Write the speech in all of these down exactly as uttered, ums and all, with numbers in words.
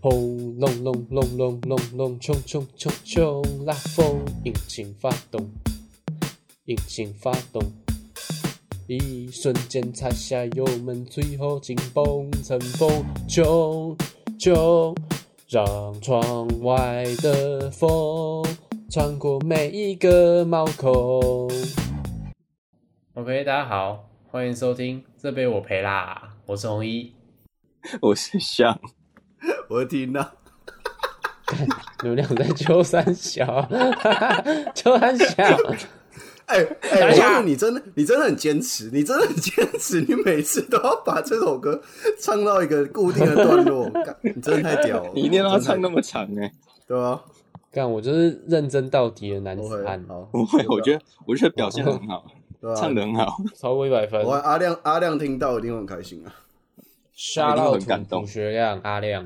轰隆隆隆隆隆隆，冲冲冲冲，拉风，引擎发动，引擎发动，一瞬间踩下油门，最后紧绷，乘风冲冲，让窗外的风穿过每一个毛孔。OK， 大家好，欢迎收听这杯我陪啦，我是红一， 我是香， 我是缇娜。 你们俩在揪三小，揪三小。 哎哎，我觉得你真的，你真的很坚持，你真的很坚持，你每次都要把这首歌唱到一个固定的段落，你真的太屌了！ 你一定要唱那么长哎、欸， 对啊， 干我就是认真到底的男子汉。 不会，我觉得我觉得表现很好， 对啊、 唱得很好， 超过一百分。 我阿亮阿亮听到一定会很开心啊！ 杀到土学亮阿亮。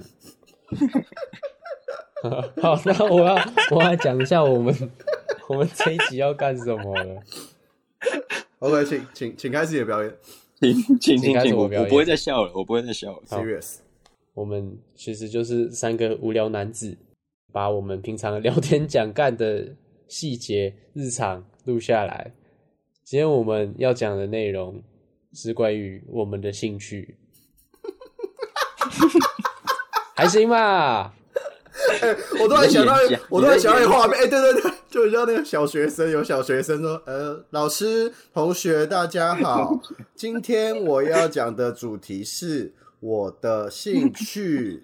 好，那我要我要讲一下我们我们这一集要干什么了。 OK， 请请请开始你的表演， 请请请请，我我不会再笑了，我不会再笑了。 Serious， 我们其实就是三个无聊男子，把我们平常聊天讲干的细节日常录下来。今天我们要讲的内容是关于我们的兴趣。还行吧。 欸、我突然想到，我突然想到一个画面，哎、欸，对对对，就像那个小学生，有小学生说，呃，老师、同学，大家好，今天我要讲的主题是我的兴趣，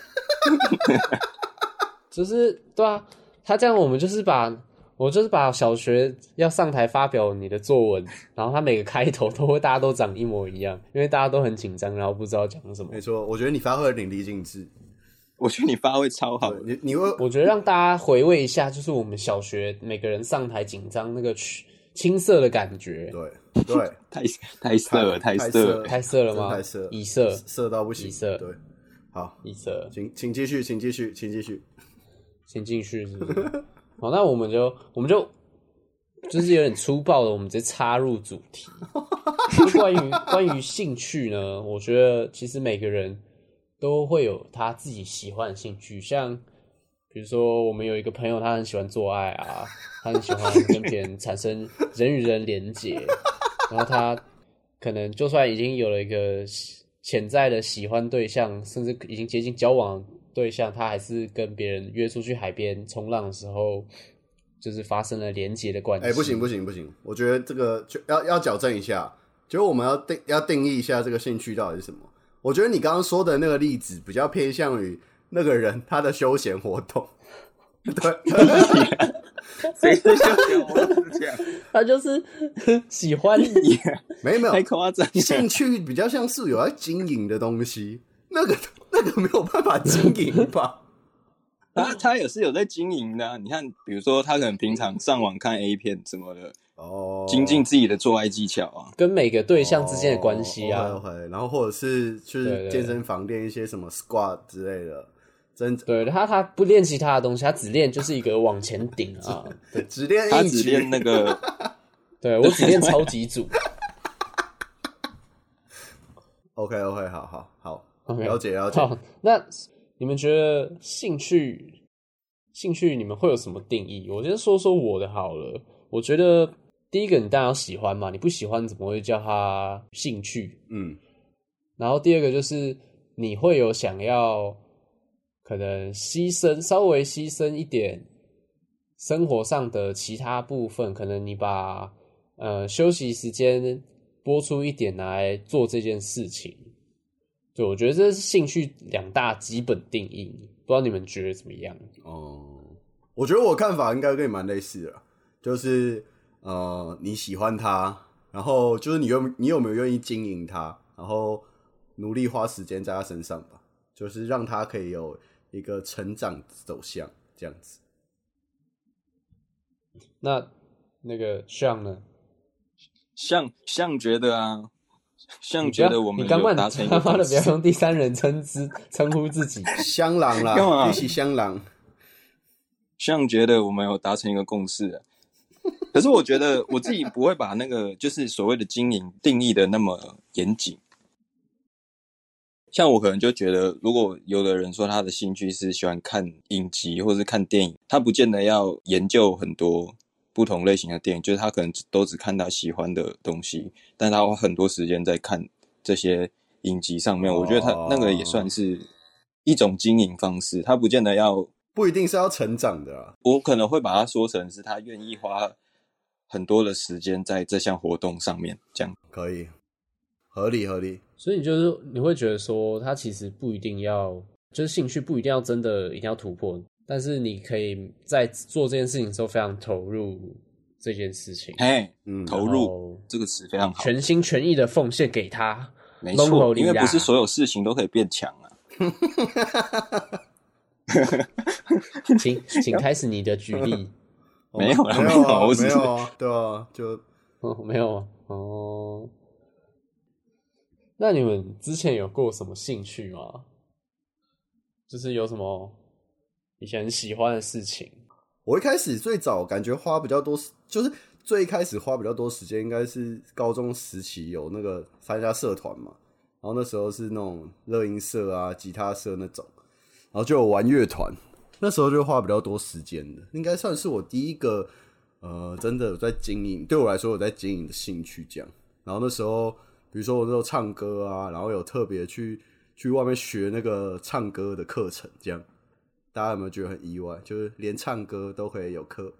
就是对啊，他这样我们就是把，我就是把小学要上台发表你的作文，然后他每个开头都会大家都长一模一样，因为大家都很紧张，然后不知道讲什么。 没错，我觉得你发挥的淋漓尽致。 我觉得你发挥超好， 你你会， 我觉得让大家回味一下，就是我们小学每个人上台紧张那个青涩的感觉。 对对， 太太色了，太色了， 太色了吗？ 太色， 以色， 色到不行， 以色。 对，好， 以色， 请请继续，请继续，请继续， 请继续，是不是？好，那我们就我们就就是有点粗暴的，我们直接插入主题。就关于关于兴趣呢，我觉得其实每个人都会有他自己喜欢的兴趣，像比如说我们有一个朋友，他很喜欢做爱啊，他很喜欢跟别人产生人与人连结，然后他可能就算已经有了一个潜在的喜欢对象，甚至已经接近交往对象，他还是跟别人约出去海边冲浪的时候，就是发生了连结的关系。 哎、欸，不行不行不行，我觉得这个就要要矫正一下，就是我们要定要定义一下这个兴趣到底是什么。我觉得你刚刚说的那个例子比较偏向于那个人他的休闲活动，对， 谁是休闲活动是这样？ 他就是喜欢你， 没有没有， 太夸张。 兴趣比较像是有在经营的东西，那个那个没有办法经营吧？ 他他也是有在经营的、啊，你看，比如说他可能平常上网看 A 片什么的。哦，精进自己的做爱技巧啊， 跟每个对象之间的关系啊、 哦 okay, okay, 然后或者是去健身房练一些什么 squat 之类的，真对他他不练其他的东西，他只练就是一个往前顶啊， 只练他只练那个， 对我只练超级组。 OK OK 好好好， okay, 了解了解。 好，那你们觉得兴趣兴趣你们会有什么定义？我先说说我的好了，我觉得。第一个，你当然要喜欢嘛，你不喜欢怎么会叫它兴趣？嗯。然后第二个就是你会有想要可能牺牲，稍微牺牲一点生活上的其他部分，可能你把呃休息时间拨出一点来做这件事情。对，我觉得这是兴趣两大基本定义，不知道你们觉得怎么样？ 哦，我觉得我看法应该跟你蛮类似的，就是。呃，你喜欢他，然后就是你有你有没有愿意经营他，然后努力花时间在他身上吧，就是让他可以有一个成长走向这样子。 那那个像呢？ 像像觉得啊，像觉得我们有达成一个共识。 你刚刚的不要用第三人称之称呼自己， 香狼啦，一起香狼。 像觉得我们有达成一个共识了。可是我觉得我自己不会把那个就是所谓的经营定义的那么严谨， 像我可能就觉得，如果有的人说他的兴趣是喜欢看影集或是看电影，他不见得要研究很多不同类型的电影，就是他可能都只看他喜欢的东西，但他花很多时间在看这些影集上面。我觉得他那个也算是一种经营方式，他不见得要， 不一定是要成长的啊。 我可能会把它说成是他愿意花很多的时间在这项活动上面，这样可以，合理合理。 所以就是你会觉得说，他其实不一定要，就是兴趣不一定要真的一定要突破，但是你可以在做这件事情的时候非常投入这件事情。 嘿，嗯，投入这个词非常好， 全心全意的奉献给他。 没错，因为不是所有事情都可以变强啊。 请请开始你的举例。 没有啦， 没有啊， 我只是没有啊，对啊，就哦，没有啊，哦。那你们之前有过什么兴趣吗？就是有什么以前很喜欢的事情？ 我一开始最早感觉花比较多，就是最一开始花比较多时间，应该是高中时期有那个参加社团嘛，然后那时候是那种热音社啊、吉他社那种，然后就有玩乐团，那时候就花比较多时间的，应该算是我第一个呃真的有在经营，对我来说有在经营的兴趣这样。然后那时候，比如说我那时候唱歌啊，然后有特别去去外面学那个唱歌的课程，这样大家有没有觉得很意外？就是连唱歌都可以有课。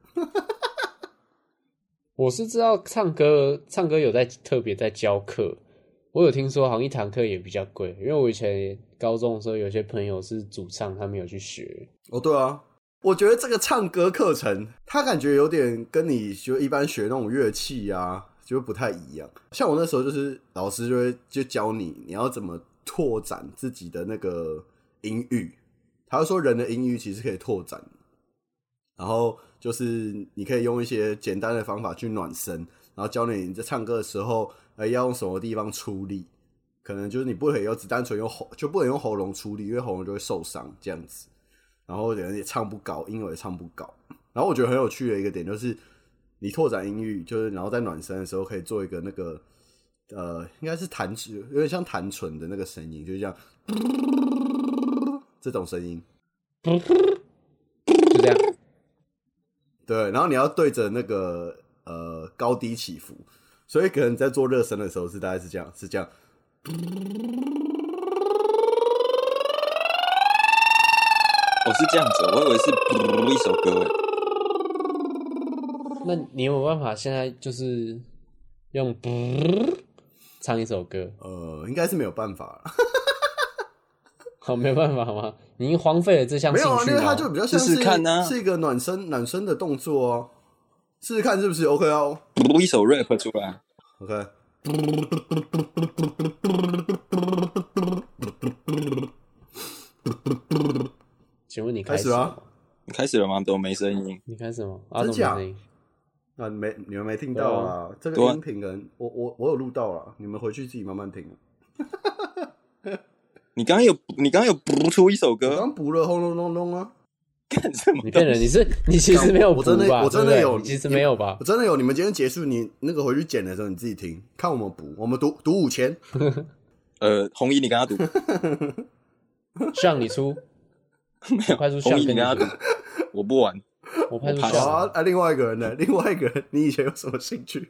我是知道唱歌，唱歌有在特别在教课。我有听说，好像一堂课也比较贵，因为我以前高中的时候，有些朋友是主唱，他们有去学。 哦，对啊，我觉得这个唱歌课程，它感觉有点跟你就一般学那种乐器啊，就不太一样。像我那时候就是老师就会就教你你要怎么拓展自己的那个音域，他就说人的音域其实可以拓展，然后就是你可以用一些简单的方法去暖身，然后教你你在唱歌的时候，呃，要用什么地方出力，可能就是你不可以只单纯用喉，就不能用喉咙出力，因为喉咙就会受伤这样子。然后人也唱不高，音也唱不高。然后我觉得很有趣的一个点就是，你拓展音域，就是然后在暖身的时候可以做一个那个呃，应该是弹指，有点像弹唇的那个声音，就是这样这种声音， 就这样。 对，然后你要对着那个呃高低起伏，所以可能在做热身的时候是大概是这样，是这样。 哦，是这样子，我以为是一首歌。 那你有没有办法现在就是用唱一首歌？ 呃，应该是没有办法了。 好，没有办法吗？你已经荒废了这项兴趣吗？ 没有啊，因为它就比较像是试试看啊， 是一个暖身暖身的动作哦。试试看是不是 OK 啊？ 读一首 rap 出来 ，OK。 请问你开始啊？ 你开始了吗？都没声音。 你开始吗？啊， 真假？ 没啊，没你们没听到啦。啊、这个音频人，我我我有录到啦，你们回去自己慢慢听。 你刚刚有你刚刚有补出一首歌？ 我刚补了轰隆隆隆啊！ 干什么？ 你骗人！你是你其实没有补吧？ 我真的我真的有， 其实没有吧？ 我真的有。你们今天结束，你那个回去剪的时候，你自己听，看我们补，我们读读五千。 呃，红衣你跟他读， 像你出。 没有， 派出红衣你跟他读，我不玩， 我派出好啊。啊，另外一个人呢？另外一个人，你以前有什么兴趣？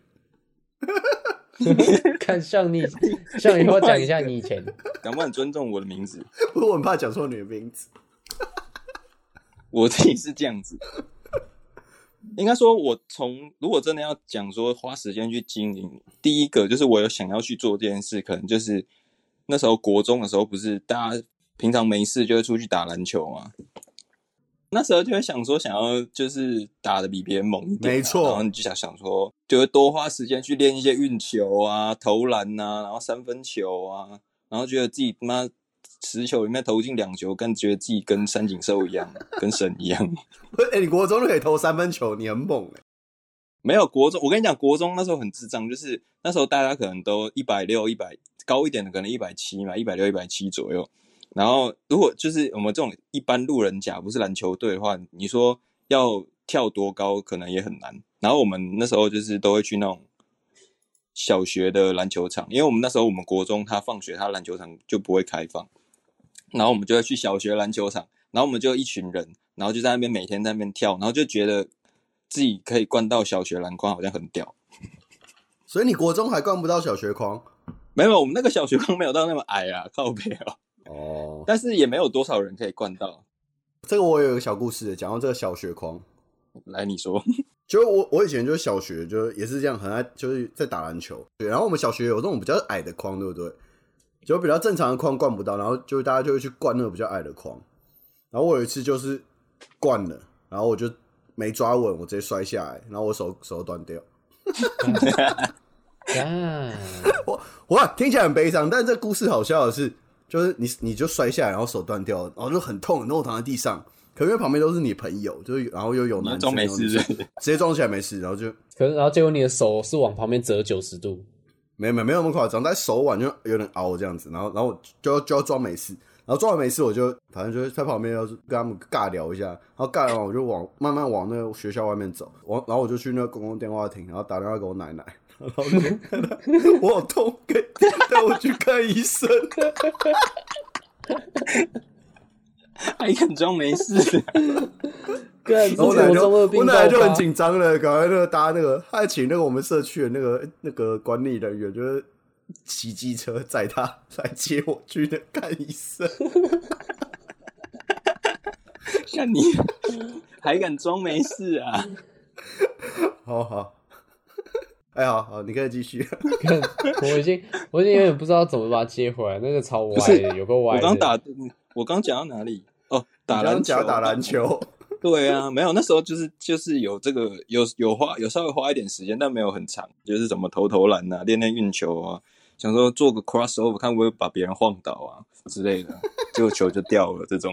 看像你，像你，我讲一下你以前， 敢不敢尊重我的名字？ 我很怕讲错你的名字。 我自己是这样子，应该说，我从如果真的要讲说花时间去经营，第一个就是我有想要去做这件事，可能就是那时候国中的时候，不是大家平常没事就会出去打篮球嘛。那时候就会想说，想要就是打得比别人猛一点、啊， 没错。 然后你就想想说，就会多花时间去练一些运球啊、投篮啊，然后三分球啊，然后觉得自己他妈十球里面投进两球，更觉得自己跟三井寿一样，跟神一样。 哎、欸，你国中就可以投三分球，你很猛哎、欸。 没有国中，我跟你讲，国中那时候很智障，就是那时候大家可能都一百六、一百高一点的，可能一百七嘛，一百六、一百七左右。然后，如果就是我们这种一般路人甲，不是篮球队的话，你说要跳多高，可能也很难。然后我们那时候就是都会去那种小学的篮球场，因为我们那时候我们国中他放学他篮球场就不会开放，然后我们就会去小学篮球场，然后我们就一群人，然后就在那边每天在那边跳，然后就觉得自己可以灌到小学篮筐好像很屌。 所以你国中还灌不到小学筐？ 没有，我们那个小学筐没有到那么矮啊，靠北哦。 哦， 但是也没有多少人可以灌到。 这个我有一个小故事，讲到这个小学筐， 来你说。 就我我以前就是小学就也是这样，很爱就是在打篮球，对，然后我们小学有那种比较矮的筐，对不对？就比较正常的筐灌不到，然后就大家就会去灌那个比较矮的筐。然后我有一次就是灌了，然后我就没抓稳，我直接摔下来，然后我手手断掉。我哇，听起来很悲伤，但这故事好笑的是，就是你你就摔下来，然后手断掉，然后就很痛，很痛，躺在地上。可因为旁边都是你朋友，就是然后又有男生， 装没事是不是， 直接装起来没事，然后就可是然后结果你的手是往旁边折九十度， 没没没有那么夸张，但手腕就有点凹这样子，然后然后就要就要装没事，然后装完没事我就反正就是在旁边要跟他们尬聊一下，然后尬聊完我就往慢慢往那个学校外面走，往然后我就去那个公共电话亭，然后打电话给我奶奶，然后就我好痛，可以带我去看医生。 还敢装没事？ 然后我奶就我奶就很紧张了，赶快那个搭那个，他还请那个我们社区的那个那个管理人员，就是骑机车载他来接我去那看医生。 看你还敢装没事啊？ 好好，哎，好好，你可以继续。 我已经我已经有点不知道怎么把它接回来，那个超歪的，有个歪的。 我刚打，我刚讲到哪里？哦，打篮球， 打篮球。 对啊，没有，那时候就是就是有这个有有花有稍微花一点时间，但没有很长，就是怎么投投篮啊，练练运球啊，想说做个 crossover 看会不会把别人晃倒啊之类的，结果球就掉了这种。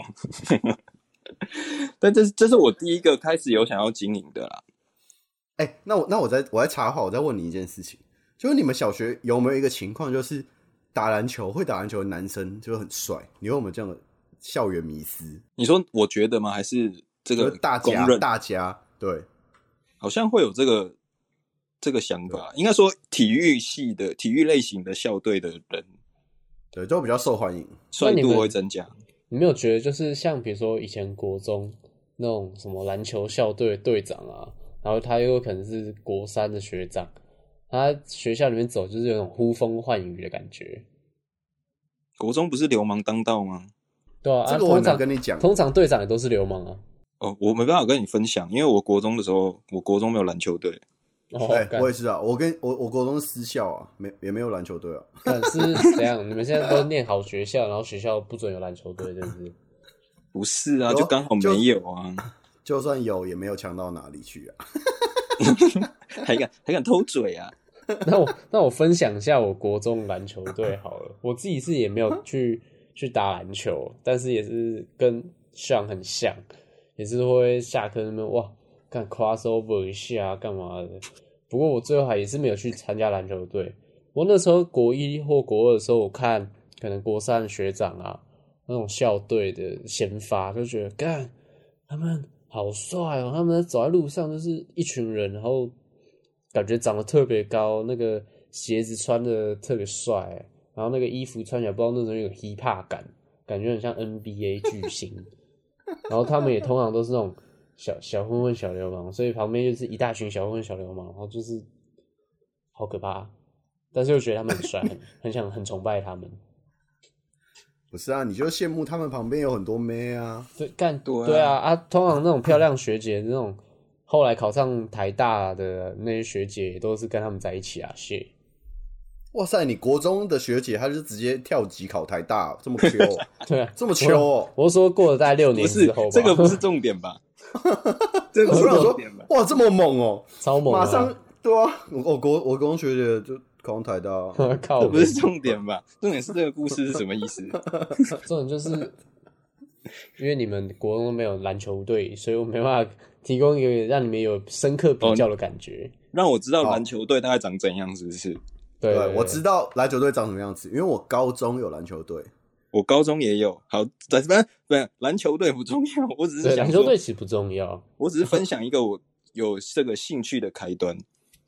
但这是这是我第一个开始有想要经营的啦。 哎、欸，那我那我再我再插话，我再问你一件事情，就是你们小学有没有一个情况，就是打篮球会打篮球的男生就很帅？你有没有这样的校园迷思？ 你说我觉得吗？还是这个大家大家对， 好像会有这个这个想法。应该说体育系的体育类型的校队的人， 对，就比较受欢迎， 帅度会增加。 你没有觉得就是像比如说以前国中那种什么篮球校队队长啊？然后他又可能是国三的学长，他学校里面走就是有种呼风唤雨的感觉。 国中不是流氓当道吗？ 对啊，这个我很难跟你讲。 通常队长也都是流氓啊。 哦，我没办法跟你分享，因为我国中的时候，我国中没有篮球队。 哦，哎、欸，我也是啊，我跟我我国中是私校啊，没也没有篮球队啊。 但是怎样？你们现在都念好学校，然后学校不准有篮球队，真是？ 不是啊，就刚好没有啊。 就算有，也没有强到哪里去啊！ 还敢还敢偷嘴啊？ 那我那我分享一下我国中篮球队好了。我自己是也没有去去打篮球，但是也是跟Sean很像，也是会下课那边哇，干 crossover 一下干嘛的。不过我最后还也是没有去参加篮球队。我那时候国一或国二的时候，我看可能国三学长啊那种校队的先发，就觉得干他们好帅哦！他们走在路上就是一群人，然后感觉长得特别高，那个鞋子穿的特别帅，然后那个衣服穿起来不知道那种有 hiphop 感，感觉很像 N B A 巨星。然后他们也通常都是那种小小混混、小流氓，所以旁边就是一大群小混混、小流氓，然后就是好可怕。但是又觉得他们很帅，很很想很崇拜他们。 不是啊，你就羡慕他们旁边有很多妹啊。 对，干对啊对啊啊！通常那种漂亮学姐，那种后来考上台大的那些学姐，都是跟他们在一起啊。谢， 哇塞，你国中的学姐，她就直接跳级考台大，这么 Q， 对啊， 这么 Q 哦。 我是说过了大概六年之后吧， 这个不是重点吧？这个不是重点吧？ 哇，这么猛哦， 超猛、啊！ 马上对啊，我国我国中学姐就考上台大， 靠， 这不是重点吧？重点是这个故事是什么意思？ 重点就是因为你们国中没有篮球队，所以我没办法提供一个让你们有深刻比较的感觉， 哦、让我知道篮球队大概长怎样，是不是？ 对, 对, 对，我知道篮球队长什么样子，因为我高中有篮球队， 我高中也有。好，不不，篮球队不重要，我只是想说篮球队其实不重要， 我只是分享一个我有这个兴趣的开端。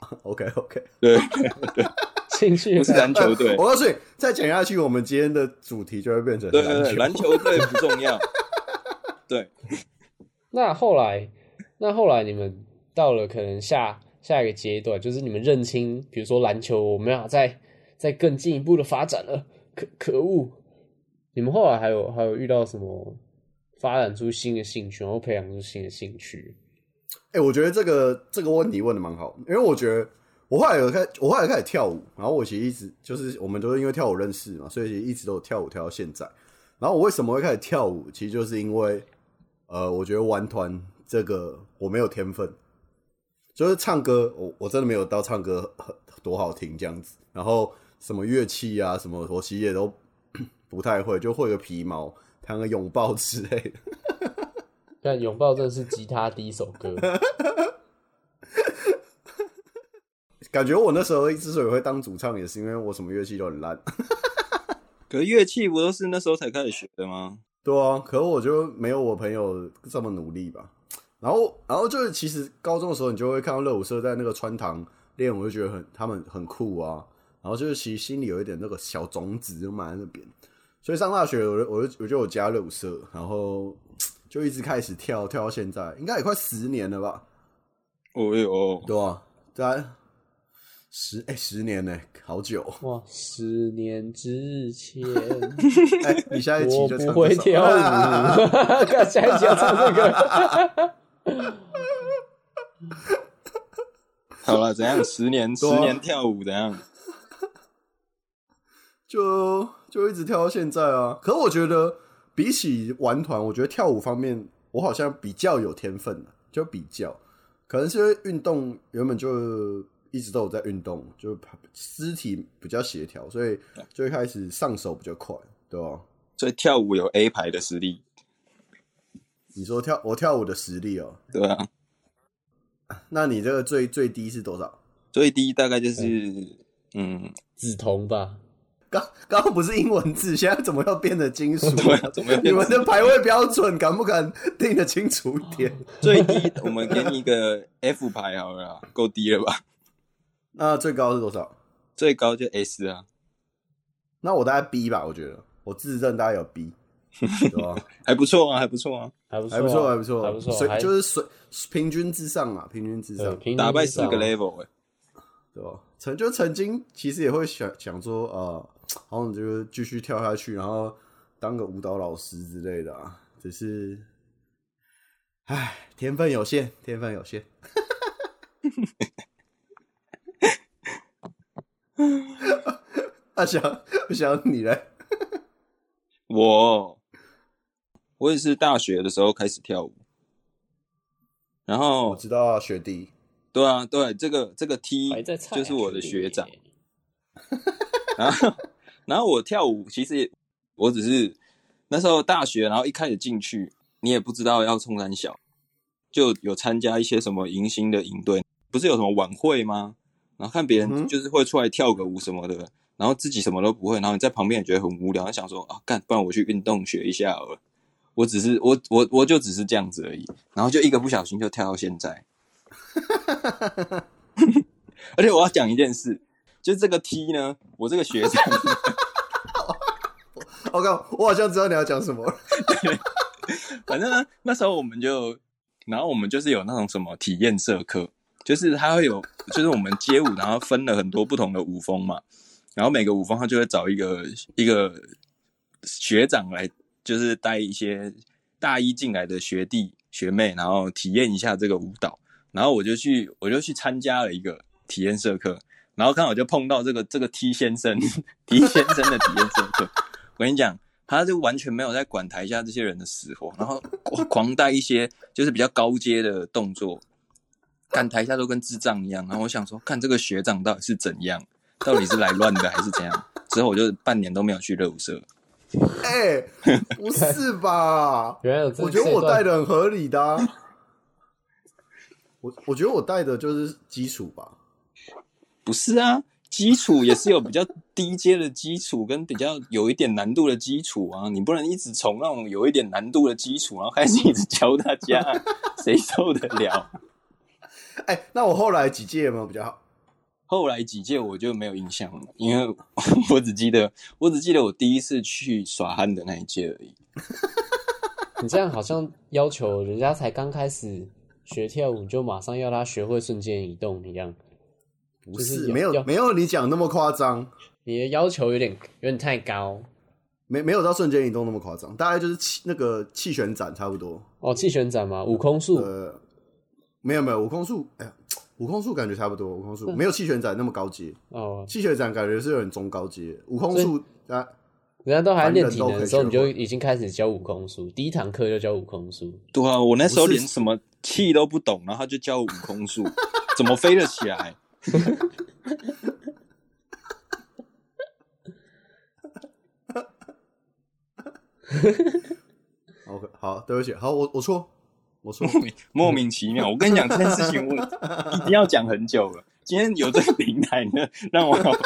OK OK， 对对， 兴趣不是篮球队。 我告诉你，再讲下去，我们今天的主题就会变成对对对， 篮篮球队不重要。对， 那后来，那后来你们到了可能下下一个阶段，就是你们认清，比如说篮球我们要再再更进一步的发展了，可可恶！你们后来还有还有遇到什么发展出新的兴趣，然后培养出新的兴趣？ 哎、欸，我觉得这个这个问题问的蛮好，因为我觉得我后来有开，我后来开始跳舞，然后我其实一直就是我们都是因为跳舞认识嘛，所以一直都有跳舞跳到现在。然后我为什么会开始跳舞？其实就是因为呃，我觉得玩团这个我没有天分，就是唱歌我我真的没有到唱歌多好听这样子，然后什么乐器啊什么，我其实也都不太会，就会个皮毛，弹个拥抱之类的。 但拥抱真的是吉他第一首歌。 感觉我那时候之所以会当主唱，也是因为我什么乐器都很烂。 可是乐器不都是那时候才开始学的吗？ 对啊，可是我就没有我朋友这么努力吧。然后，然后就是其实高中的时候，你就会看到热舞社在那个穿堂练，我就觉得很他们很酷啊。然后就是其实心里有一点那个小种子就埋在那边。所以上大学我就我就我就有加热舞社，然后就一直开始跳跳到现在，应该也快十年了吧？ 哦哟， 对啊，大概十哎、欸、十年呢、欸，好久哇！十年之前， 哎、欸，你下一集就唱我不会跳舞，看下一集要唱这个。 好了，怎样？十年，十年跳舞怎样？ 就就一直跳到现在啊！可我觉得比起玩团，我觉得跳舞方面我好像比较有天分，就比较可能是因为运动原本就一直都有在运动，就肢体比较协调，所以就一开始上手比较快，对吧？ 所以跳舞有 A 牌的实力。 你说跳我跳舞的实力哦、喔？ 对啊。 那你这个最最低是多少？ 最低大概就是嗯， 紫铜吧。 刚刚不是英文字，现在怎么又变得金属？ 对啊，怎么你们的排位标准敢不敢定得清楚一点？ 最低我们给你一个 F 牌好了啦，够低了吧？ 那最高是多少？ 最高就 S 啊。 那我大概 B 吧，我觉得我自认大概有 B， 对吧？ 还不错啊，还不错啊， 还不错、啊， 还不错，还不错， 还不错， 水就是水平均之上啊，平均之上， 平均之上打败四个 level 哎、 欸，对吧？曾就曾经其实也会想想说，呃，好像就继续跳下去，然后当个舞蹈老师之类的啊。只是，唉，天分有限，天分有限。阿翔，阿翔，你嘞？ 我，我也是大学的时候开始跳舞，然后我知道啊，学弟。 对啊，对，这个这个 T 啊就是我的学长。然后，然后我跳舞其实也，我只是那时候大学，然后一开始进去，你也不知道要冲三小，就有参加一些什么迎新的营队，不是有什么晚会吗？然后看别人就是会出来跳个舞什么的，嗯、然后自己什么都不会，然后你在旁边也觉得很无聊，想说啊，干，不然我去运动学一下好了。我只是我我我就只是这样子而已，然后就一个不小心就跳到现在。而且我要讲一件事，就是这个 T 呢，我这个学长， 我靠，我好像知道你要讲什么了。 对，反正呢，那时候我们就，然后我们就是有那种什么体验社课，就是他会有，就是我们街舞，然后分了很多不同的舞风嘛，然后每个舞风他就会找一个一个学长来，就是带一些大一进来的学弟学妹，然后体验一下这个舞蹈。然后我就去，我就去参加了一个体验社课，然后刚好就碰到这个这个 T 先生 ，T 先生的体验社课。我跟你讲，他就完全没有在管台下这些人的死活，然后狂带一些就是比较高阶的动作，干台下都跟智障一样。然后我想说，看这个学长到底是怎样，到底是来乱的还是怎样？之后我就半年都没有去热舞社。 哎、欸，不是吧？ 原来有这， 我觉得我带的很合理的、啊。我我觉得我带的就是基础吧。 不是啊，基础也是有比较低阶的基础跟比较有一点难度的基础啊，你不能一直从那种有一点难度的基础，然后开始一直教大家，谁受得了？ 哎、欸，那我后来几届有没有比较好？ 后来几届我就没有印象了，因为我只记得我只记得我第一次去耍憨的那一届而已。 你这样好像要求人家才刚开始学跳舞，就马上要他学会瞬间移动一样。 不就是是有没有没有你讲那么夸张， 你的要求有点有点太高。 没没有到瞬间移动那么夸张，大概就是气那个气旋展差不多。 哦，气旋展吗？悟空术？ 呃，没有没有，悟空术，哎呀，悟空术感觉差不多，悟空术没有气旋展那么高阶。 哦， 气旋展感觉是有点中高阶，悟空术啊。 人家都还练体能的时候，你就已经开始教悟空术，第一堂课就教悟空术。 对啊，我那时候连什么气都不懂，然后他就教我悟空术，怎么飞得起来 ？OK， 好，对不起，好，我我错，我错， 莫名莫名其妙。我跟你讲这件事情，我一定要讲很久了。今天有这个平台呢，让我好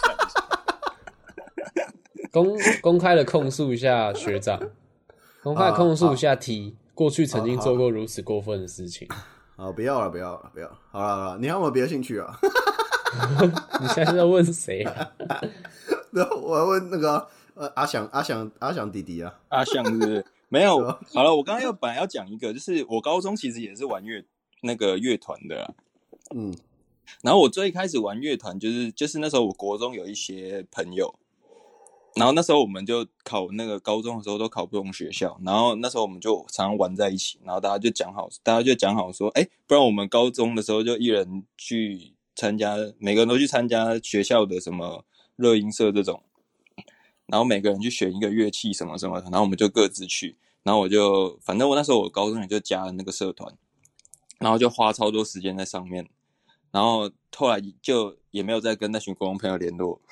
公公开的控诉一下学长，公开的控诉一下 T，、啊、过去曾经做过如此过分的事情。 好，不要了，不要了，不要了。好了好了，你还有没有别的兴趣啊？ 你现在是在问谁啊？ 我要问那个呃阿翔阿翔阿翔弟弟啊， 阿翔是不是？没有。好了，我刚刚要本来要讲一个，就是我高中其实也是玩乐那个乐团的啦。 嗯， 然后我最一开始玩乐团，就是就是那时候我国中有一些朋友。然后那时候我们就考那个高中的时候都考不同学校，然后那时候我们就常常玩在一起，然后大家就讲好，大家就讲好说，哎，不然我们高中的时候就一人去参加，每个人都去参加学校的什么热音社这种，然后每个人去选一个乐器什么什么的，然后我们就各自去，然后我就反正我那时候我高中也就加了那个社团，然后就花超多时间在上面，然后后来就也没有再跟那群国中朋友联络，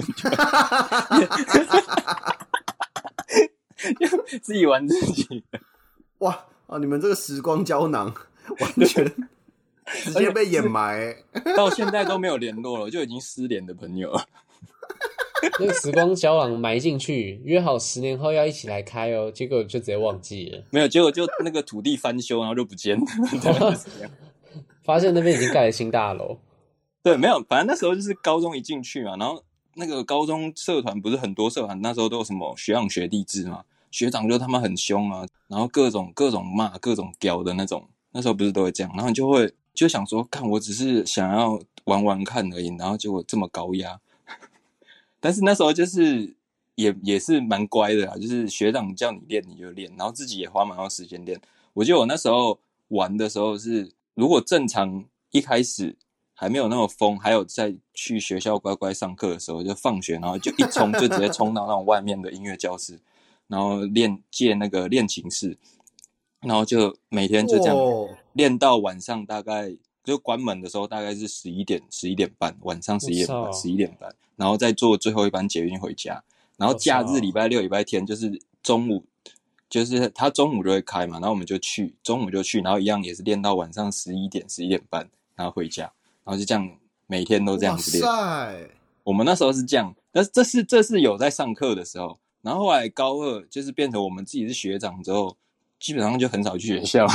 就自己玩自己的。 哇啊！你们这个时光胶囊完全直接被掩埋、欸， 到现在都没有联络了，就已经失联的朋友了。 那个时光胶囊埋进去，约好十年后要一起来开哦，结果就直接忘记了。 没有，结果就那个土地翻修，然后就不见了。 发现那边已经盖了新大楼。 对，没有，反正那时候就是高中一进去嘛，然后那个高中社团不是很多社团，那时候都有什么学长学弟制嘛，学长就他们很凶啊，然后各种各种骂，各种屌的那种，那时候不是都会这样，然后你就会就想说，看我只是想要玩玩看而已，然后结果这么高压，但是那时候就是也也是蛮乖的啦，就是学长叫你练你就练，然后自己也花蛮多时间练。我记得我那时候玩的时候是，如果正常一开始还没有那么疯，还有在去学校乖乖上课的时候，就放学然后就一冲就直接冲到那种外面的音乐教室，然后练借那个练琴室，然后就每天就这样练到晚上，大概就关门的时候大概是十一点十一点半，晚上十一点半十一点半，然后再坐最后一班捷运回家。然后假日礼拜六礼拜天就是中午，就是他中午就会开嘛，然后我们就去，中午就去，然后一样也是练到晚上十一点十一点半，然后回家，然后就这样每天都这样子练。 哇塞！ 我们那时候是这样，但是这是这是有在上课的时候，然后后来高二就是变成我们自己是学长之后，基本上就很少去学校。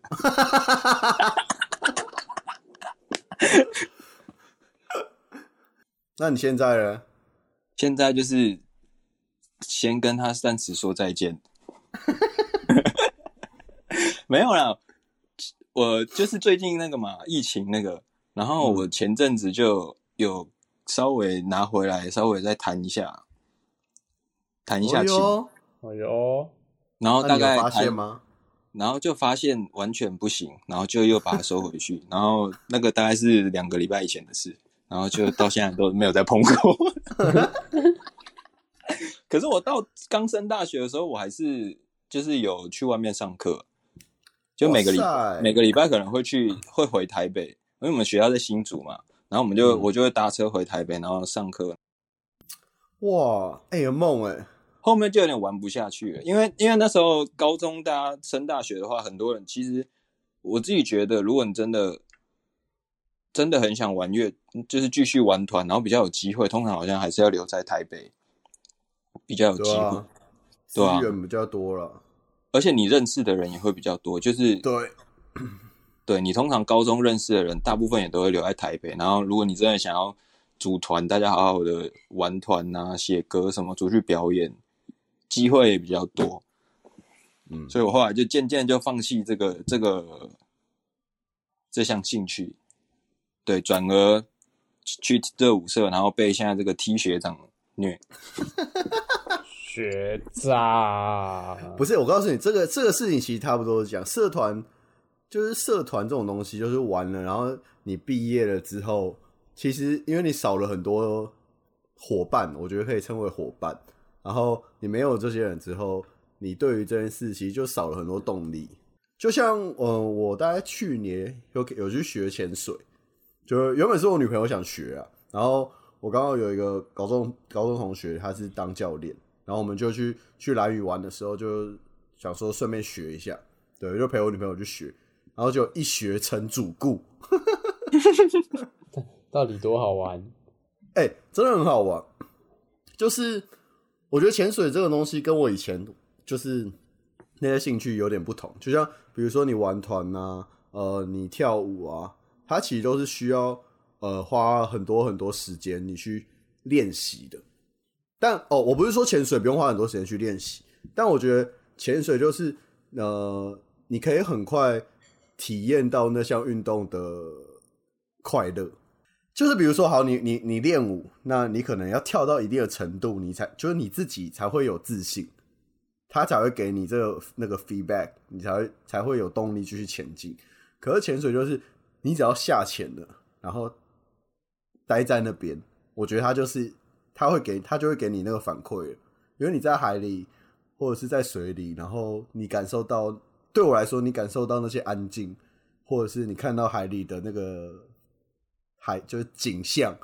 那你现在呢？ 现在就是先跟他暂时说再见。没有啦，我就是最近那个嘛，疫情那个，然后我前阵子就有稍微拿回来，稍微再弹一下，弹一下琴。 哎呦， 然后大概那你有发现吗？ 然后就发现完全不行，然后就又把它收回去。然后那个大概是两个礼拜以前的事，然后就到现在都没有再碰过。可是我到刚升大学的时候，我还是就是有去外面上课，就每个礼每个礼拜可能会去会回台北，因为我们学校在新竹嘛，然后我们就、嗯、我就会搭车回台北，然后上课。 哇，哎、欸，有梦哎！ 后面就有点玩不下去了，因为因为那时候高中大家升大学的话，很多人其实我自己觉得，如果你真的真的很想玩乐，就是继续玩团，然后比较有机会，通常好像还是要留在台北，比较有机会， 对啊，资源比较多了， 而且你认识的人也会比较多，就是对， 对，你通常高中认识的人，大部分也都会留在台北。然后，如果你真的想要组团，大家好好的玩团啊、写歌什么，出去表演，机会也比较多。嗯，所以我后来就渐渐就放弃这个这个这项兴趣，对，转而去热舞社，然后被现在这个 T 学长虐。 学长不是，我告诉你，这个这个事情其实差不多是讲社团，就是社团这种东西，就是玩了，然后你毕业了之后，其实因为你少了很多伙伴，我觉得可以称为伙伴。然后你没有这些人之后，你对于这件事其实就少了很多动力。就像呃，我大概去年有有去学潜水，就原本是我女朋友想学啊，然后我刚好有一个高中高中同学，他是当教练。然后我们就去去兰屿玩的时候，就想说顺便学一下，对，就陪我女朋友去学，然后就一学成主顾， 到底多好玩？ 哎、欸，真的很好玩。就是我觉得潜水这个东西跟我以前就是那些兴趣有点不同，就像比如说你玩团啊，呃，你跳舞啊，它其实都是需要呃花很多很多时间你去练习的。但哦，我不是说潜水不用花很多时间去练习，但我觉得潜水就是呃，你可以很快体验到那项运动的快乐。就是比如说，好，你你你练舞，那你可能要跳到一定的程度，你才就是你自己才会有自信，他才会给你这个那个 feedback， 你才会才会有动力继续前进。可是潜水就是你只要下潜了，然后待在那边，我觉得他就是。他会给他就会给你那个反馈了，因为你在海里或者是在水里，然后你感受到，对我来说，你感受到那些安静，或者是你看到海里的那个海就是景象，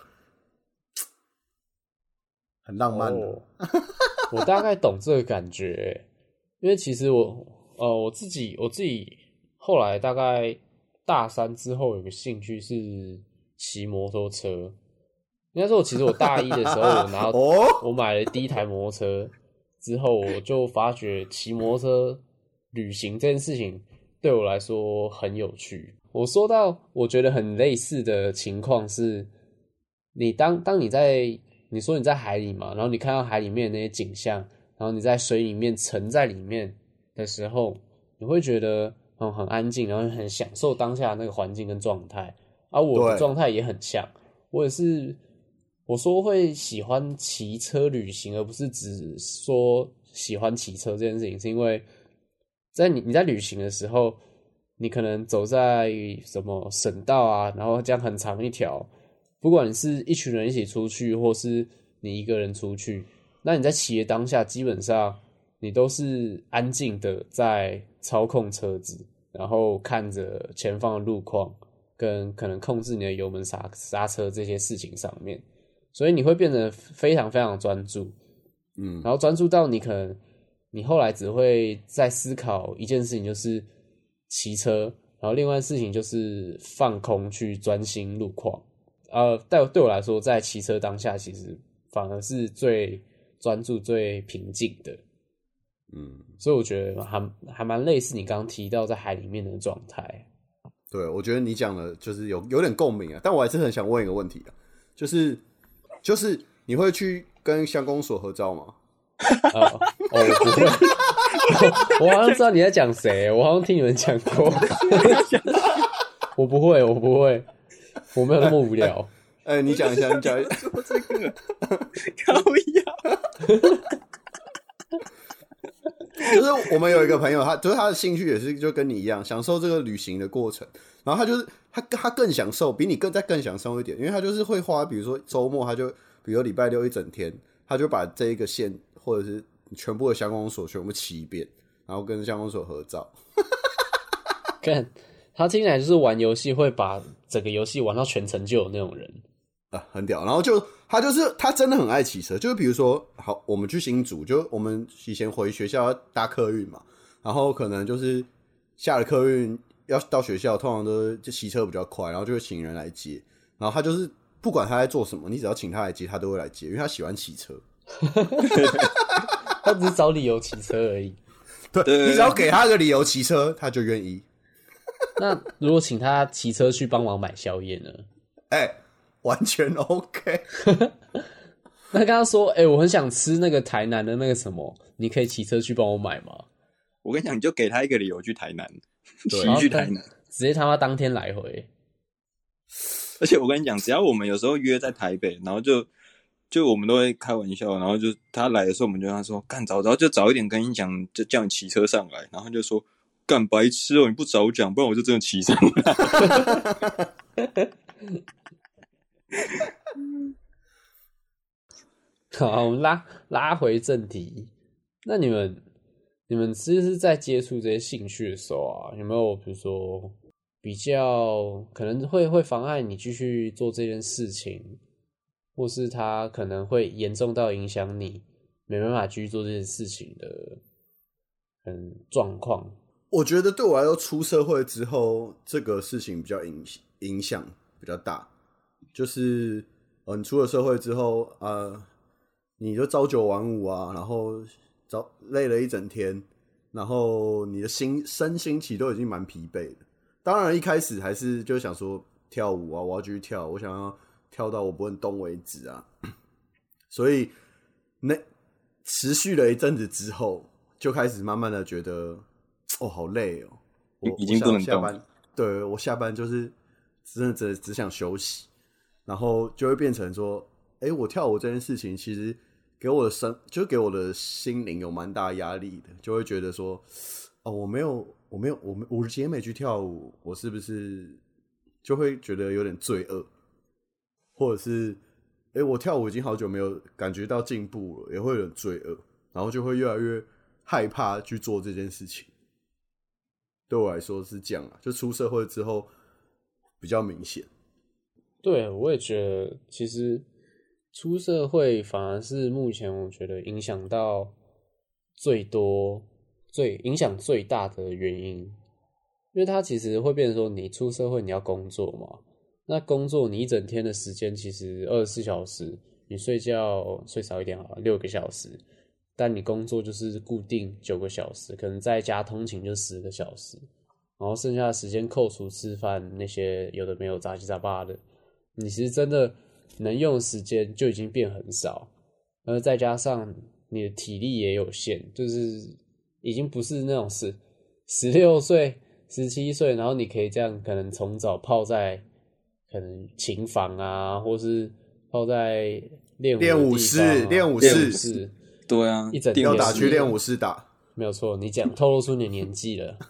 很浪漫的。 哦、我大概懂这个感觉，因为其实我呃我自己我自己后来大概大三之后有个兴趣是骑摩托车。应该说，其实我大一的时候，我拿到、哦、我买了第一台摩托车之后，我就发觉骑摩托车旅行这件事情对我来说很有趣。我说到我觉得很类似的情况是，你当当你在你说你在海里嘛，然后你看到海里面的那些景象，然后你在水里面沉在里面的时候，你会觉得嗯很安静，然后很享受当下的那个环境跟状态。而、啊、我的状态也很像，我也是。我说会喜欢骑车旅行，而不是只说喜欢骑车这件事情，是因为在你你在旅行的时候，你可能走在什么省道啊，然后这样很长一条，不管你是一群人一起出去，或是你一个人出去，那你在骑的当下，基本上你都是安静的在操控车子，然后看着前方的路况，跟可能控制你的油门刹刹车这些事情上面。所以你会变得非常非常专注，嗯，然后专注到你可能你后来只会在思考一件事情，就是骑车，然后另外事情就是放空去专心路况。呃，但对我来说，在骑车当下，其实反而是最专注、最平静的，嗯，所以我觉得还还蛮类似你刚刚提到在海里面的状态。 对，我觉得你讲的就是有有点共鸣啊，但我还是很想问一个问题啊，就是。就是你会去跟乡公所合照吗？ 哦，哦我不会我，我好像知道你在讲谁，我好像听你们讲过。我不会，我不会，我没有那么无聊。 哎、欸欸，你讲一下，你讲一下。 说这个，靠腰。 就是我们有一个朋友，他就是他的兴趣也是就跟你一样，享受这个旅行的过程。然后他就是他他更享受，比你更再更享受一点，因为他就是会花，比如说周末，他就比如说礼拜六一整天，他就把这一个县或者是全部的乡公所全部骑一遍，然后跟乡公所合照。 看他听起来就是玩游戏会把整个游戏玩到全成就的那种人啊，很屌。然后就他就是他真的很爱骑车，就是比如说好，我们去新竹，就我们以前回学校要搭客运嘛，然后可能就是下了客运。要到学校，通常都是就骑车比较快，然后就会请人来接。然后他就是不管他在做什么，你只要请他来接，他都会来接，因为他喜欢骑车。 他只是找理由骑车而已。 对，你只要给他个理由骑车，他就愿意。 那如果请他骑车去帮忙买宵夜呢？ 哎、欸，完全 OK。 那刚刚说，哎、欸，我很想吃那个台南的那个什么，你可以骑车去帮我买吗？ 我跟你讲，你就给他一个理由去台南，骑去台南， 直接他妈当天来回。 而且我跟你讲，只要我们有时候约在台北，然后就就我们都会开玩笑，然后就他来的时候，我们就跟他说，干早早就早一点跟你讲，就叫你骑车上来，然后他就说，干白痴哦，你不早讲，不然我就真的骑上来。 好，我们拉拉回正题。那你们你们其实在接触这些兴趣的时候啊，有没有比如说比较可能会会妨碍你继续做这件事情，或是它可能会严重到影响你没办法继续做这件事情的嗯状况？ 我觉得对我来说，出社会之后这个事情比较影影响比较大，就是呃，你出了社会之后，呃。你就朝九晚五啊，然后早累了一整天，然后你的心身心其实都已经蛮疲惫的。当然一开始还是就想说跳舞啊，我要继续跳，我想要跳到我不能动为止啊。所以那持续了一阵子之后，就开始慢慢的觉得哦好累哦，我已经不能动。 下班，对，我下班就是真的只只想休息，然后就会变成说，哎，我跳舞这件事情其实。给我的生，就给我的心灵有蛮大压力的，就会觉得说，哦，我没有，我没有，我我今天没去跳舞，我是不是就会觉得有点罪恶，或者是，哎，我跳舞已经好久没有感觉到进步了，也会有点罪恶，然后就会越来越害怕去做这件事情。对我来说是这样啊，就出社会之后比较明显。 对，我也觉得其实。出社会反而是目前我觉得影响到最多、最影响最大的原因，因为它其实会变成说，你出社会你要工作嘛，那工作你一整天的时间其实二十四小时，你睡觉睡少一点好了，六个小时，但你工作就是固定九个小时，可能再加通勤就十个小时，然后剩下的时间扣除吃饭那些有的没有杂七杂八的，你其实真的。能用的时间就已经变很少，而再加上你的体力也有限，就是已经不是那种是十六岁、十七岁，然后你可以这样可能从早泡在可能琴房啊，或是泡在练舞、啊、 练舞室、练舞室， 对啊， 一整天要打去练舞室打， 没有错，你讲透露出你的年纪了。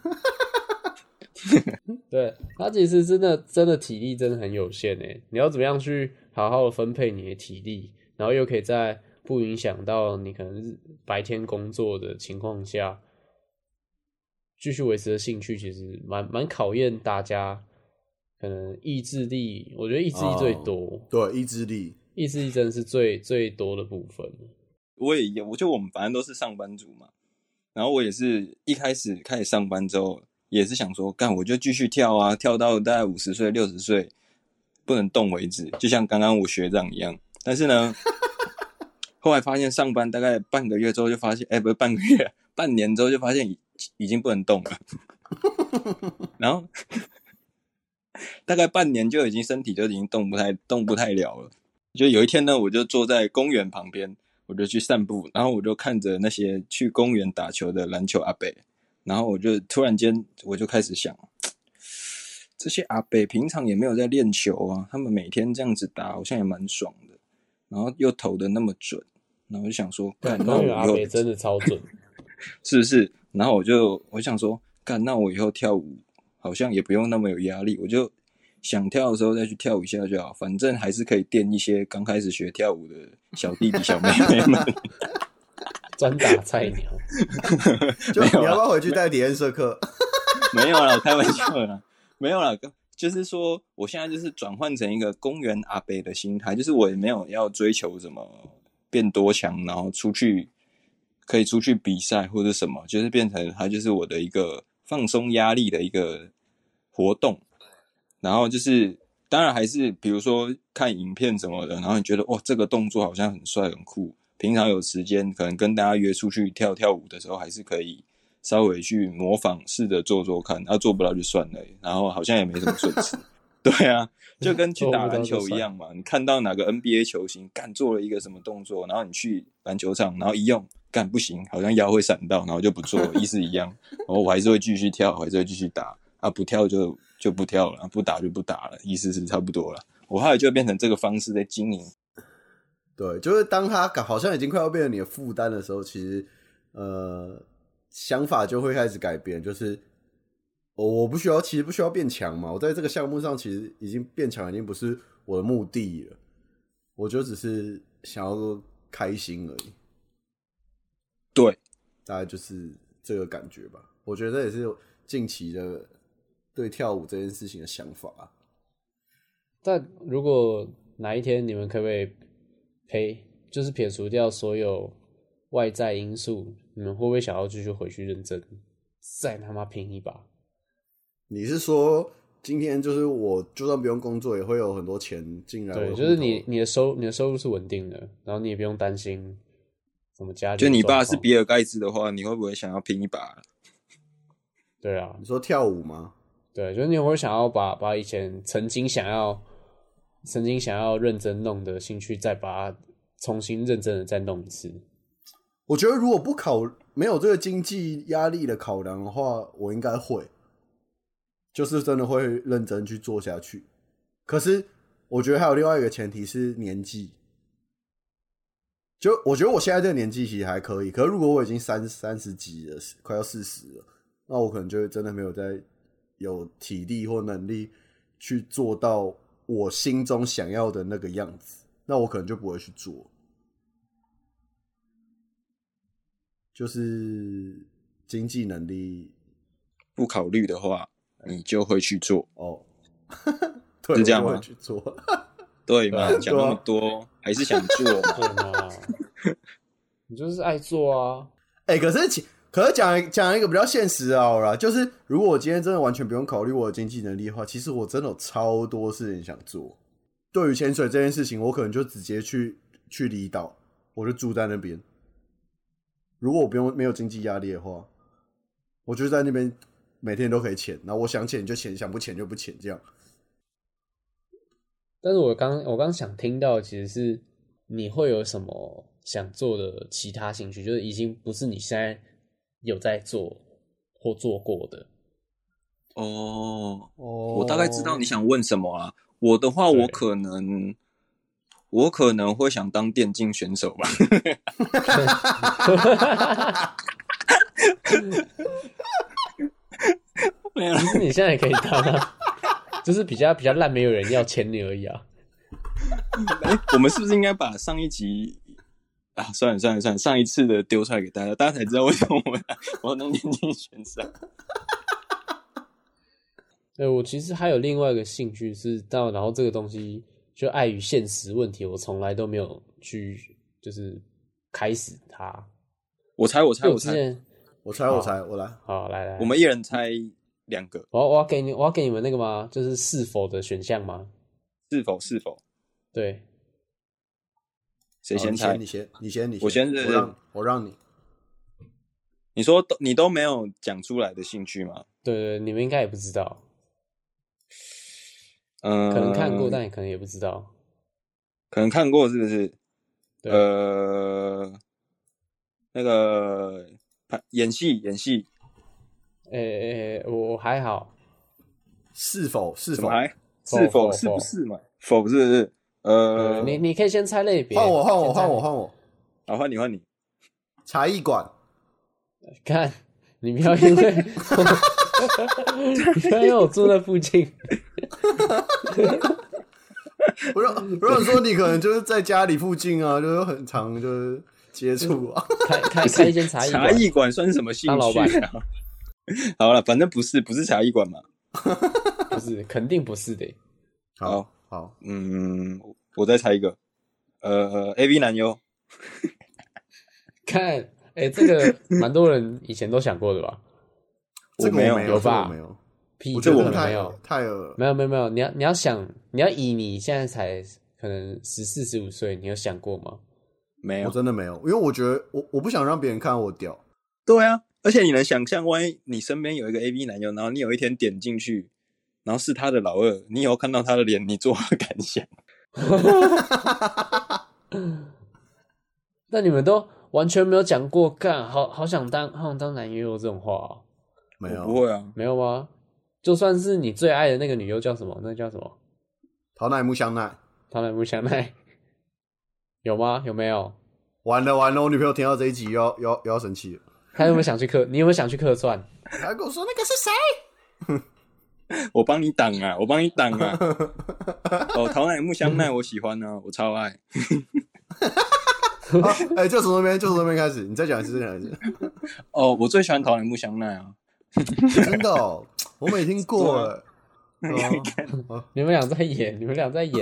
对，他其实真的真的体力真的很有限诶，你要怎么样去好好的分配你的体力，然后又可以在不影响到你可能白天工作的情况下，继续维持的兴趣，其实蛮蛮考验大家可能意志力，我觉得意志力最多，哦、 对，意志力， 意志力真的是最最多的部分。 我也有，我就我们反正都是上班族嘛，然后我也是一开始开始上班之后。也是想说，干我就继续跳啊，跳到大概五十岁、六十岁不能动为止，就像刚刚我学长一样。但是呢，后来发现上班大概半个月之后就发现，哎、欸，不是半个月，半年之后就发现已已经不能动了。然后大概半年就已经身体就已经动不太动不太了了。就有一天呢，我就坐在公园旁边，我就去散步，然后我就看着那些去公园打球的篮球阿伯。然后我就突然间，我就开始想，这些阿伯平常也没有在练球啊，他们每天这样子打，好像也蛮爽的。然后又投的那么准，然后我就想说，干，那我以后阿伯真的超准， 是不是？然后我就我想说，干，那我以后跳舞好像也不用那么有压力，我就想跳的时候再去跳一下就好，反正还是可以垫一些刚开始学跳舞的小弟弟小妹妹们。 专打菜鸟， 就你要不要回去带体验社课？ 没有啦，开玩笑啦，没有啦，就是说我现在就是转换成一个公园阿伯的心态，就是我也没有要追求什么变多强，然后出去可以出去比赛或者什么，就是变成它就是我的一个放松压力的一个活动。然后就是当然还是比如说看影片什么的，然后你觉得哦这个动作好像很帅很酷。平常有时间可能跟大家约出去跳跳舞的时候，还是可以稍微去模仿试着做做看，啊做不到就算了，然后好像也没什么损失。对啊，就跟去打篮球一样嘛，你看到哪个 N B A 球星干做了一个什么动作，然后你去篮球场，然后一用干不行，好像腰会闪到，然后就不做了，意思一样。然后我还是会继续跳，还是会继续打啊，不跳就就不跳了，不打就不打了，意思是差不多了。我后来就变成这个方式在经营。 对，就是当他好像已经快要变成你的负担的时候，其实呃想法就会开始改变，就是我不需要，其实不需要变强嘛。我在这个项目上其实已经变强，已经不是我的目的了，我就只是想要开心而已。 对， 大概就是这个感觉吧。我觉得这也是近期的对跳舞这件事情的想法。 但如果哪一天你们可不可以陪，就是撇除掉所有外在因素，你们会不会想要继续回去认真，再他妈拼一把？你是说今天就是我就算不用工作，也会有很多钱进来？ 对，就是你你的收你的收入是稳定的，然后你也不用担心什么家里。 就你爸是比尔盖茨的话，你会不会想要拼一把？ 对啊， 你说跳舞吗？ 对，就是你会想要把把以前曾经想要曾经想要认真弄的兴趣，再把它重新认真的再弄一次。 我觉得如果不考没有这个经济压力的考量的话，我应该会，就是真的会认真去做下去。可是我觉得还有另外一个前提是年纪，就我觉得我现在这个年纪其实还可以，可是如果我已经三三十几了，快要四十了，那我可能就真的没有在有体力或能力去做到我心中想要的那个样子，那我可能就不会去做。就是经济能力不考虑的话，你就会去做哦。 对，是这样吗？ 去做， 对嘛？讲那么多，还是想做嘛？ 对嘛？你就是爱做啊！ 哎、欸，可是可是讲讲一个比较现实的好啦，就是如果我今天真的完全不用考虑我的经济能力的话，其实我真的有超多事情想做。对于潜水这件事情，我可能就直接去去离岛，我就住在那边。如果我不用没有经济压力的话，我就在那边每天都可以潜，然后我想潜就潜，想不潜就不潜，这样。 但是我刚我刚想听到，其实是你会有什么想做的其他兴趣，就是已经不是你现在有在做或做过的。 哦， 哦， 我大概知道你想问什么啊。我的话，我可能我可能会想当电竞选手吧。 没有，其实你现在也可以当啊，就是比较比较烂，没有人要签你而已啊。 欸、我们是不是应该把上一集啊，算了算了算了，上一次的丢出来给大家，大家才知道为什么我们我要当电竞选手。 对，我其实还有另外一个兴趣是到，然后这个东西就碍于现实问题，我从来都没有去就是开始它。 我猜我猜我猜我猜我猜我来， 好来来， 我们一人猜两个。 我要我要给你我要给你们那个吗？就是是否的选项吗？ 是否是否？ 对， 谁先猜？ 你先你先你先， 我先是我让我让你。 你说都你都没有讲出来的兴趣吗？ 对对，你们应该也不知道。 嗯， 可能看过，但也可能也不知道。 可能看过是不是？ 对， 呃，那个演戏演戏。 诶、欸、诶、欸，我还好。 是否是否还是否是不是嘛？否是不是？呃， 你你可以先猜类别。 换我换我换我换我。 好，换你换你。 茶艺馆。 看，你不要因为，你不要因为我住在附近。 我想我想说，你可能就是在家里附近啊，就是很常就是接触啊。 开开开一间茶艺茶艺馆算什么兴趣、啊？当老板。好了，反正不是不是茶艺馆嘛。 不是，肯定不是的。 好好， 嗯，我再猜一个，呃 ，A V 男优。 看，哎、欸，这个蛮多人以前都想过的吧？ 这个没有， 有吧？ 没有， 屁， 这我可能没有， 太恶， 没有没有没有。你要你要想，你要以你现在才可能十四十五岁，你有想过吗？ 没有， 我真的没有，因为我觉得我我不想让别人看我屌。 对啊。而而且你能想象，万一你身边有一个 A V 男优，然后你有一天点进去，然后是他的老二，你以后看到他的脸，你作何感想？ 那你们都完全没有讲过，干好好想当好想当男优这种话、哦， 没有， 不会啊， 没有吗？就算是你最爱的那个女优叫什么？那叫什么？ 桃奈木香奈。 桃奈木香奈，有吗？有没有？ 完了完了，我女朋友听到这一集又要又要又要生气了。 她有没有想去客？你有没有想去客串？ 她跟我说那个是谁？我帮你挡啊，我帮你挡啊。哦，桃奈木香奈我喜欢啊，我超爱。 哎、啊欸，就从那边就从那边开始，你再讲一次，再讲一次。 哦，我最喜欢桃奈木香奈啊。 真的哦，我没听过哎。 哦、你们俩在演，你们俩在演，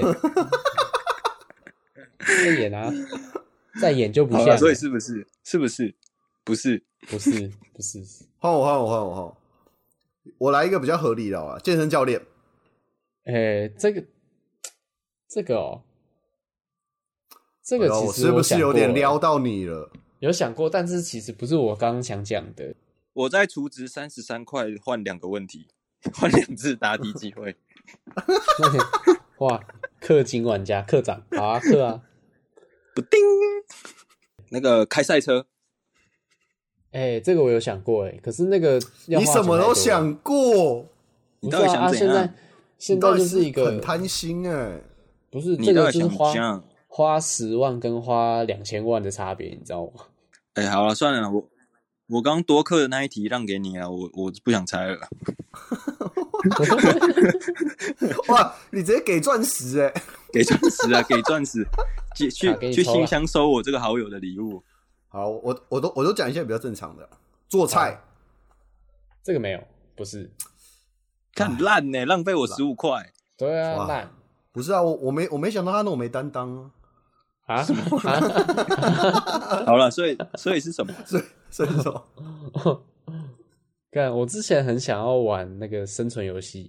在演啊，在演就不像。 所以是不是？是不是？不是， 不是，不是。 换我，换我，换我，换我。我来一个比较合理的啊，健身教练。 哎、欸，这个，这个哦，这个其实我我是不是有点撩到你了？ 有想过，但是其实不是我刚刚想讲的。 我在储值三十三块换两个问题，换两次答题机会。 哇，氪金玩家，课长，好啊，氪啊， 不叮。那个开赛车， 哎、欸，这个我有想过哎，可是那个要你什么都想过， 你到底想怎样？ 啊、现在现在就是一个很贪心哎， 不是这个就是花花十万跟花两千万的差别，你知道吗？ 哎、欸，好了，算了，我。我刚多课的那一题让给你啊，我我不想猜了。 哇，你直接给钻石哎、欸， 给钻石啊，给钻石，去去去信箱收我这个好友的礼物。 好，我我都我都讲一些比较正常的，做菜， 这个没有，不是， 看烂呢，浪费我十五块。 对啊，烂， 不是啊，我我没我没想到他那种没担当啊。 啊？ 好了，所以所以是什么？ 所以所以是什么？ 干，我之前很想要玩那个生存游戏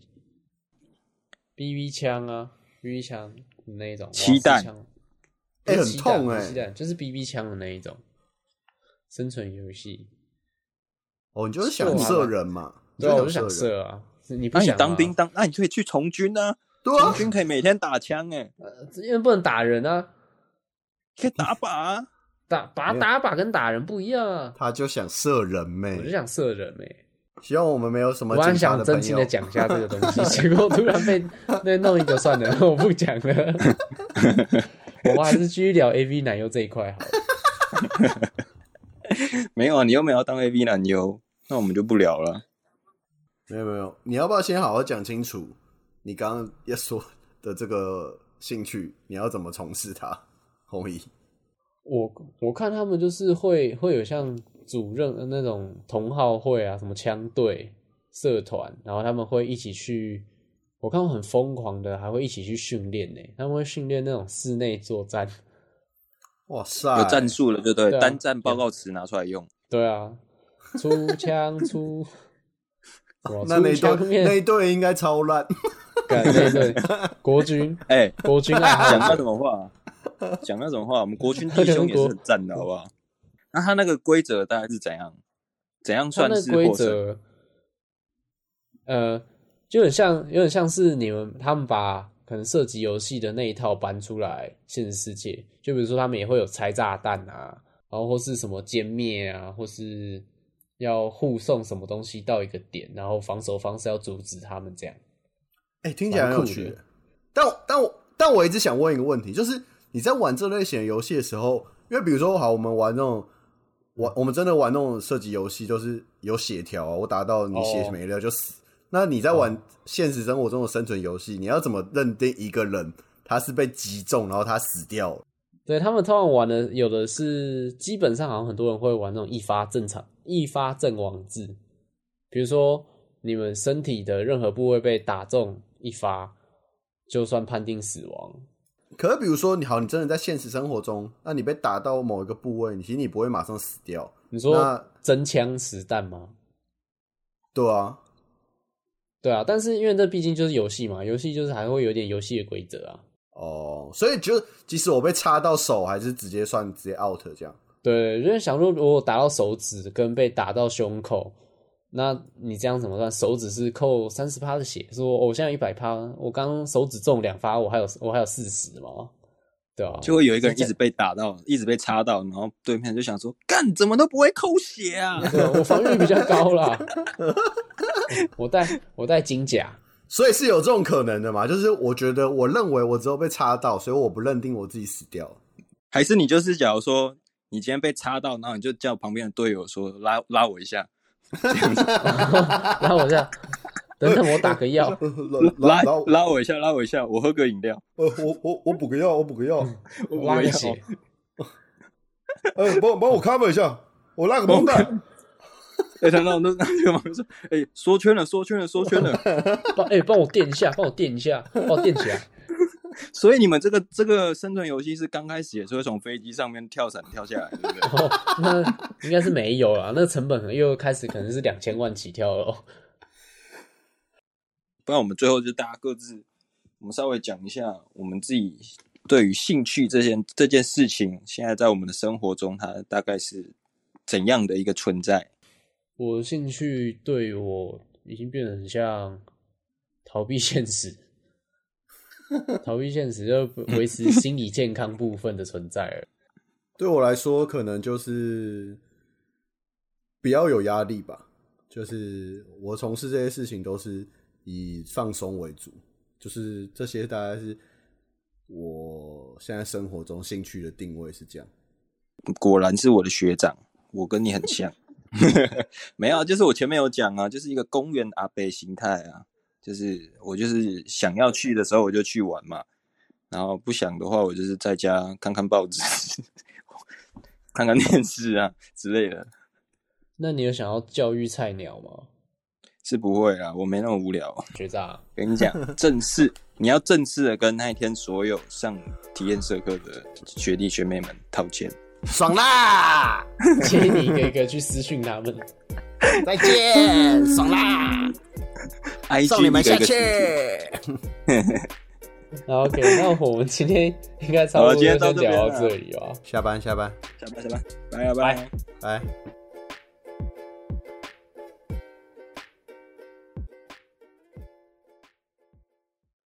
，B B 枪啊 ，B B 枪那一种， 鸡蛋， 哎、欸，很痛哎、 欸，就是 B B 枪的那一种生存游戏。 哦，你就是想射人嘛？ 对啊，我就想射啊。你不想、 啊、 你当兵当，那、啊、你可以去从军啊。 对啊， 从军可以每天打枪哎、欸呃，因为不能打人啊。 可以打靶啊， 打靶打靶跟打人不一样啊。 他就想射人妹， 我就想射人妹。 希望我们没有什么我很想真心的讲一下这个东西，结果突然被那弄一个算了，我不讲了。我们还是继续聊 A V 男优这一块好了。 没有啊，你又没有要当 A V 男优，那我们就不聊了。 没有没有，你要不要先好好讲清楚你刚刚要说的这个兴趣，你要怎么从事它？红衣， 我我看他们就是会会有像主任那种同好会啊，什么枪队社团，然后他们会一起去，我看过很疯狂的，还会一起去训练呢。他们会训练那种室内作战。 哇塞， 有战术了，对不对？ 对啊、 单战报告词拿出来用。 对啊，出枪出。 那那一队那一队应该超烂。 干那一队国军， 哎、欸， 国军爱好讲那什么话？讲那种话，我们国军弟兄也是很赞的，好不好？那他那个规则大概是怎样？怎样算是规则？呃，就很像，有点像是你们他们把可能射击游戏的那一套搬出来现实世界。就比如说他们也会有拆炸弹啊，然后或是什么歼灭啊，或是要护送什么东西到一个点，然后防守方是要阻止他们这样。 哎、欸，听起来很有趣。但但我但我一直想问一个问题，就是。你在玩这类型的游戏的时候，因为比如说，好，我们玩那种玩，我们真的玩那种射击游戏，就是有血条啊，我打到你血没了就死。Oh. 那你在玩现实生活中的生存游戏，你要怎么认定一个人他是被击中，然后他死掉了？ 对，他们通常玩的有的是，基本上好像很多人会玩那种一发正常、一发阵亡制，比如说你们身体的任何部位被打中一发，就算判定死亡。 可是比如说你好，你真的在现实生活中，那你被打到某一个部位，其实你不会马上死掉。 你说真枪实弹吗？ 对啊， 对啊，但是因为这毕竟就是游戏嘛，游戏就是还会有点游戏的规则啊。 哦，所以就即使我被插到手，还是直接算直接 out 这样。 对，就是想说，如果打到手指跟被打到胸口，那你这样怎么算？手指是扣三十趴的血，说、哦、我现在一百趴，我刚手指中两发，我还有我还有四十嘛，对啊， 就会有一个人一直被打到，一直被插到，然后对面就想说，干怎么都不会扣血啊？ 对，我防御比较高啦，我带我带金甲。 所以是有这种可能的嘛？就是我觉得，我认为我只有被插到，所以我不认定我自己死掉了。 还是你就是假如说你今天被插到，然后你就叫旁边的队友说拉拉我一下，这样子拉我一下，等等我打个药， 拉拉拉我一下，拉我一下，我喝个饮料。 呃，我我我补个药，我补个药， 我拉个血。 呃，帮帮我 cover 一下，我拉个绷带。 哎，然后那那个网友说，哎，缩圈了，缩圈了，缩圈了。 帮哎，帮我垫一下，帮我垫一下，帮我垫起来。 所以你们这个这个生存游戏是刚开始也是会从飞机上面跳伞跳下来，对不对？ 哦，那应该是没有啦，那个成本可能又开始可能是两千万起跳了、哦。 不然我们最后就大家各自，我们稍微讲一下我们自己对于兴趣这件这件事情，现在在我们的生活中，它大概是怎样的一个存在？ 我的兴趣对我已经变得很像逃避现实。逃避现实就维持心理健康部分的存在了。 对我来说，可能就是比较有压力吧。就是我从事这些事情都是以放松为主，就是这些大概是我现在生活中兴趣的定位是这样。 果然是我的学长，我跟你很像。没有，就是我前面有讲啊，就是一个公园阿伯形态啊。就是我就是想要去的时候我就去玩嘛，然后不想的话我就是在家看看报纸看看电视啊之类的。 那你有想要教育菜鸟吗？ 是不会啊，我没那么无聊。 学长跟你讲，正式你要正式的跟那一天所有上体验社课的学弟学妹们道歉。 爽啦！ 接你一个一个去私讯他们。 再见，爽啦！送你们下去。 好 OK， 那我们今天应该差不多就先聊到这里吧。 下班，下班， 下班，下班，拜拜拜拜。